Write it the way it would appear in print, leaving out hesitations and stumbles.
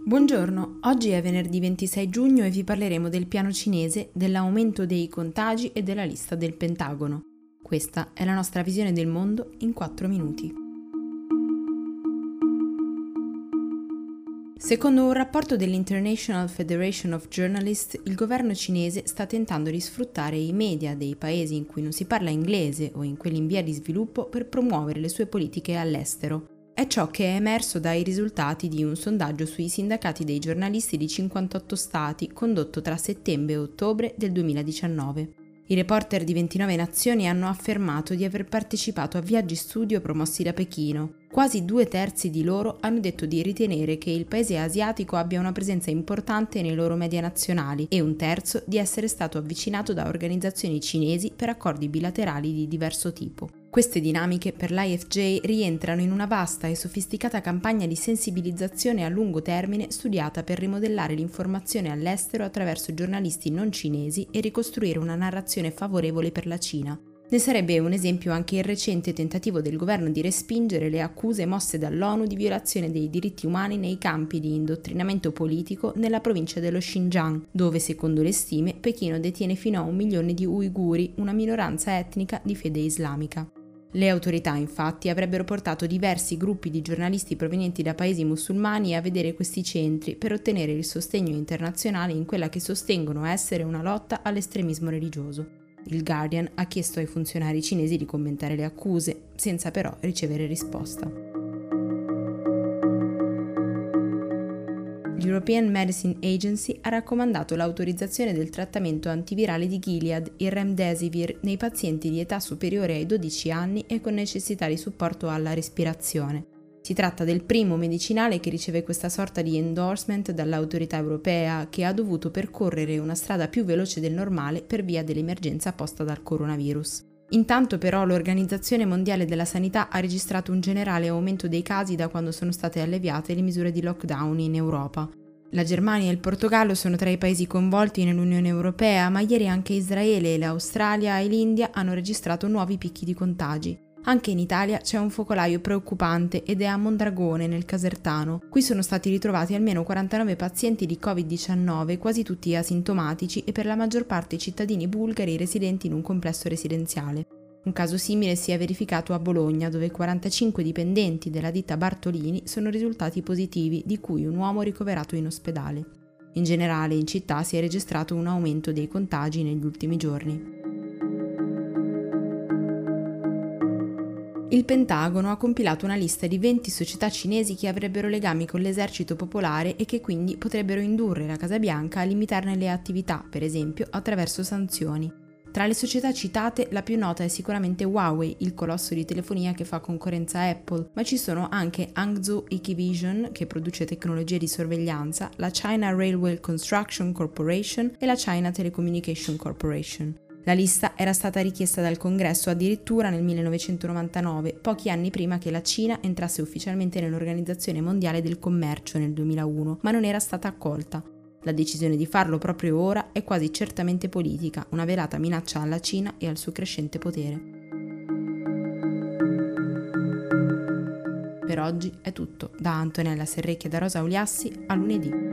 Buongiorno, oggi è venerdì 26 giugno e vi parleremo del piano cinese, dell'aumento dei contagi e della lista del Pentagono. Questa è la nostra visione del mondo in 4 minuti. Secondo un rapporto dell'International Federation of Journalists, il governo cinese sta tentando di sfruttare i media dei paesi in cui non si parla inglese o in quelli in via di sviluppo per promuovere le sue politiche all'estero. È ciò che è emerso dai risultati di un sondaggio sui sindacati dei giornalisti di 58 stati condotto tra settembre e ottobre del 2019. I reporter di 29 nazioni hanno affermato di aver partecipato a viaggi studio promossi da Pechino. Quasi 2/3 di loro hanno detto di ritenere che il paese asiatico abbia una presenza importante nei loro media nazionali e 1/3 di essere stato avvicinato da organizzazioni cinesi per accordi bilaterali di diverso tipo. Queste dinamiche per l'IFJ rientrano in una vasta e sofisticata campagna di sensibilizzazione a lungo termine studiata per rimodellare l'informazione all'estero attraverso giornalisti non cinesi e ricostruire una narrazione favorevole per la Cina. Ne sarebbe un esempio anche il recente tentativo del governo di respingere le accuse mosse dall'ONU di violazione dei diritti umani nei campi di indottrinamento politico nella provincia dello Xinjiang, dove, secondo le stime, Pechino detiene fino a 1 milione di uiguri, una minoranza etnica di fede islamica. Le autorità, infatti, avrebbero portato diversi gruppi di giornalisti provenienti da paesi musulmani a vedere questi centri per ottenere il sostegno internazionale in quella che sostengono essere una lotta all'estremismo religioso. Il Guardian ha chiesto ai funzionari cinesi di commentare le accuse, senza però ricevere risposta. L'European Medicine Agency ha raccomandato l'autorizzazione del trattamento antivirale di Gilead, il Remdesivir, nei pazienti di età superiore ai 12 anni e con necessità di supporto alla respirazione. Si tratta del primo medicinale che riceve questa sorta di endorsement dall'autorità europea, che ha dovuto percorrere una strada più veloce del normale per via dell'emergenza posta dal coronavirus. Intanto però l'Organizzazione Mondiale della Sanità ha registrato un generale aumento dei casi da quando sono state alleviate le misure di lockdown in Europa. La Germania e il Portogallo sono tra i paesi coinvolti nell'Unione Europea, ma ieri anche Israele, l'Australia e l'India hanno registrato nuovi picchi di contagi. Anche in Italia c'è un focolaio preoccupante ed è a Mondragone, nel Casertano. Qui sono stati ritrovati almeno 49 pazienti di Covid-19, quasi tutti asintomatici e per la maggior parte cittadini bulgari residenti in un complesso residenziale. Un caso simile si è verificato a Bologna, dove 45 dipendenti della ditta Bartolini sono risultati positivi, di cui un uomo ricoverato in ospedale. In generale in città si è registrato un aumento dei contagi negli ultimi giorni. Il Pentagono ha compilato una lista di 20 società cinesi che avrebbero legami con l'esercito popolare e che quindi potrebbero indurre la Casa Bianca a limitarne le attività, per esempio attraverso sanzioni. Tra le società citate, la più nota è sicuramente Huawei, il colosso di telefonia che fa concorrenza a Apple, ma ci sono anche Hangzhou Ikivision, che produce tecnologie di sorveglianza, la China Railway Construction Corporation e la China Telecommunication Corporation. La lista era stata richiesta dal Congresso addirittura nel 1999, pochi anni prima che la Cina entrasse ufficialmente nell'Organizzazione Mondiale del Commercio nel 2001, ma non era stata accolta. La decisione di farlo proprio ora è quasi certamente politica, una velata minaccia alla Cina e al suo crescente potere. Per oggi è tutto. Da Antonella Serrecchia e da Rosa Uliassi, a lunedì.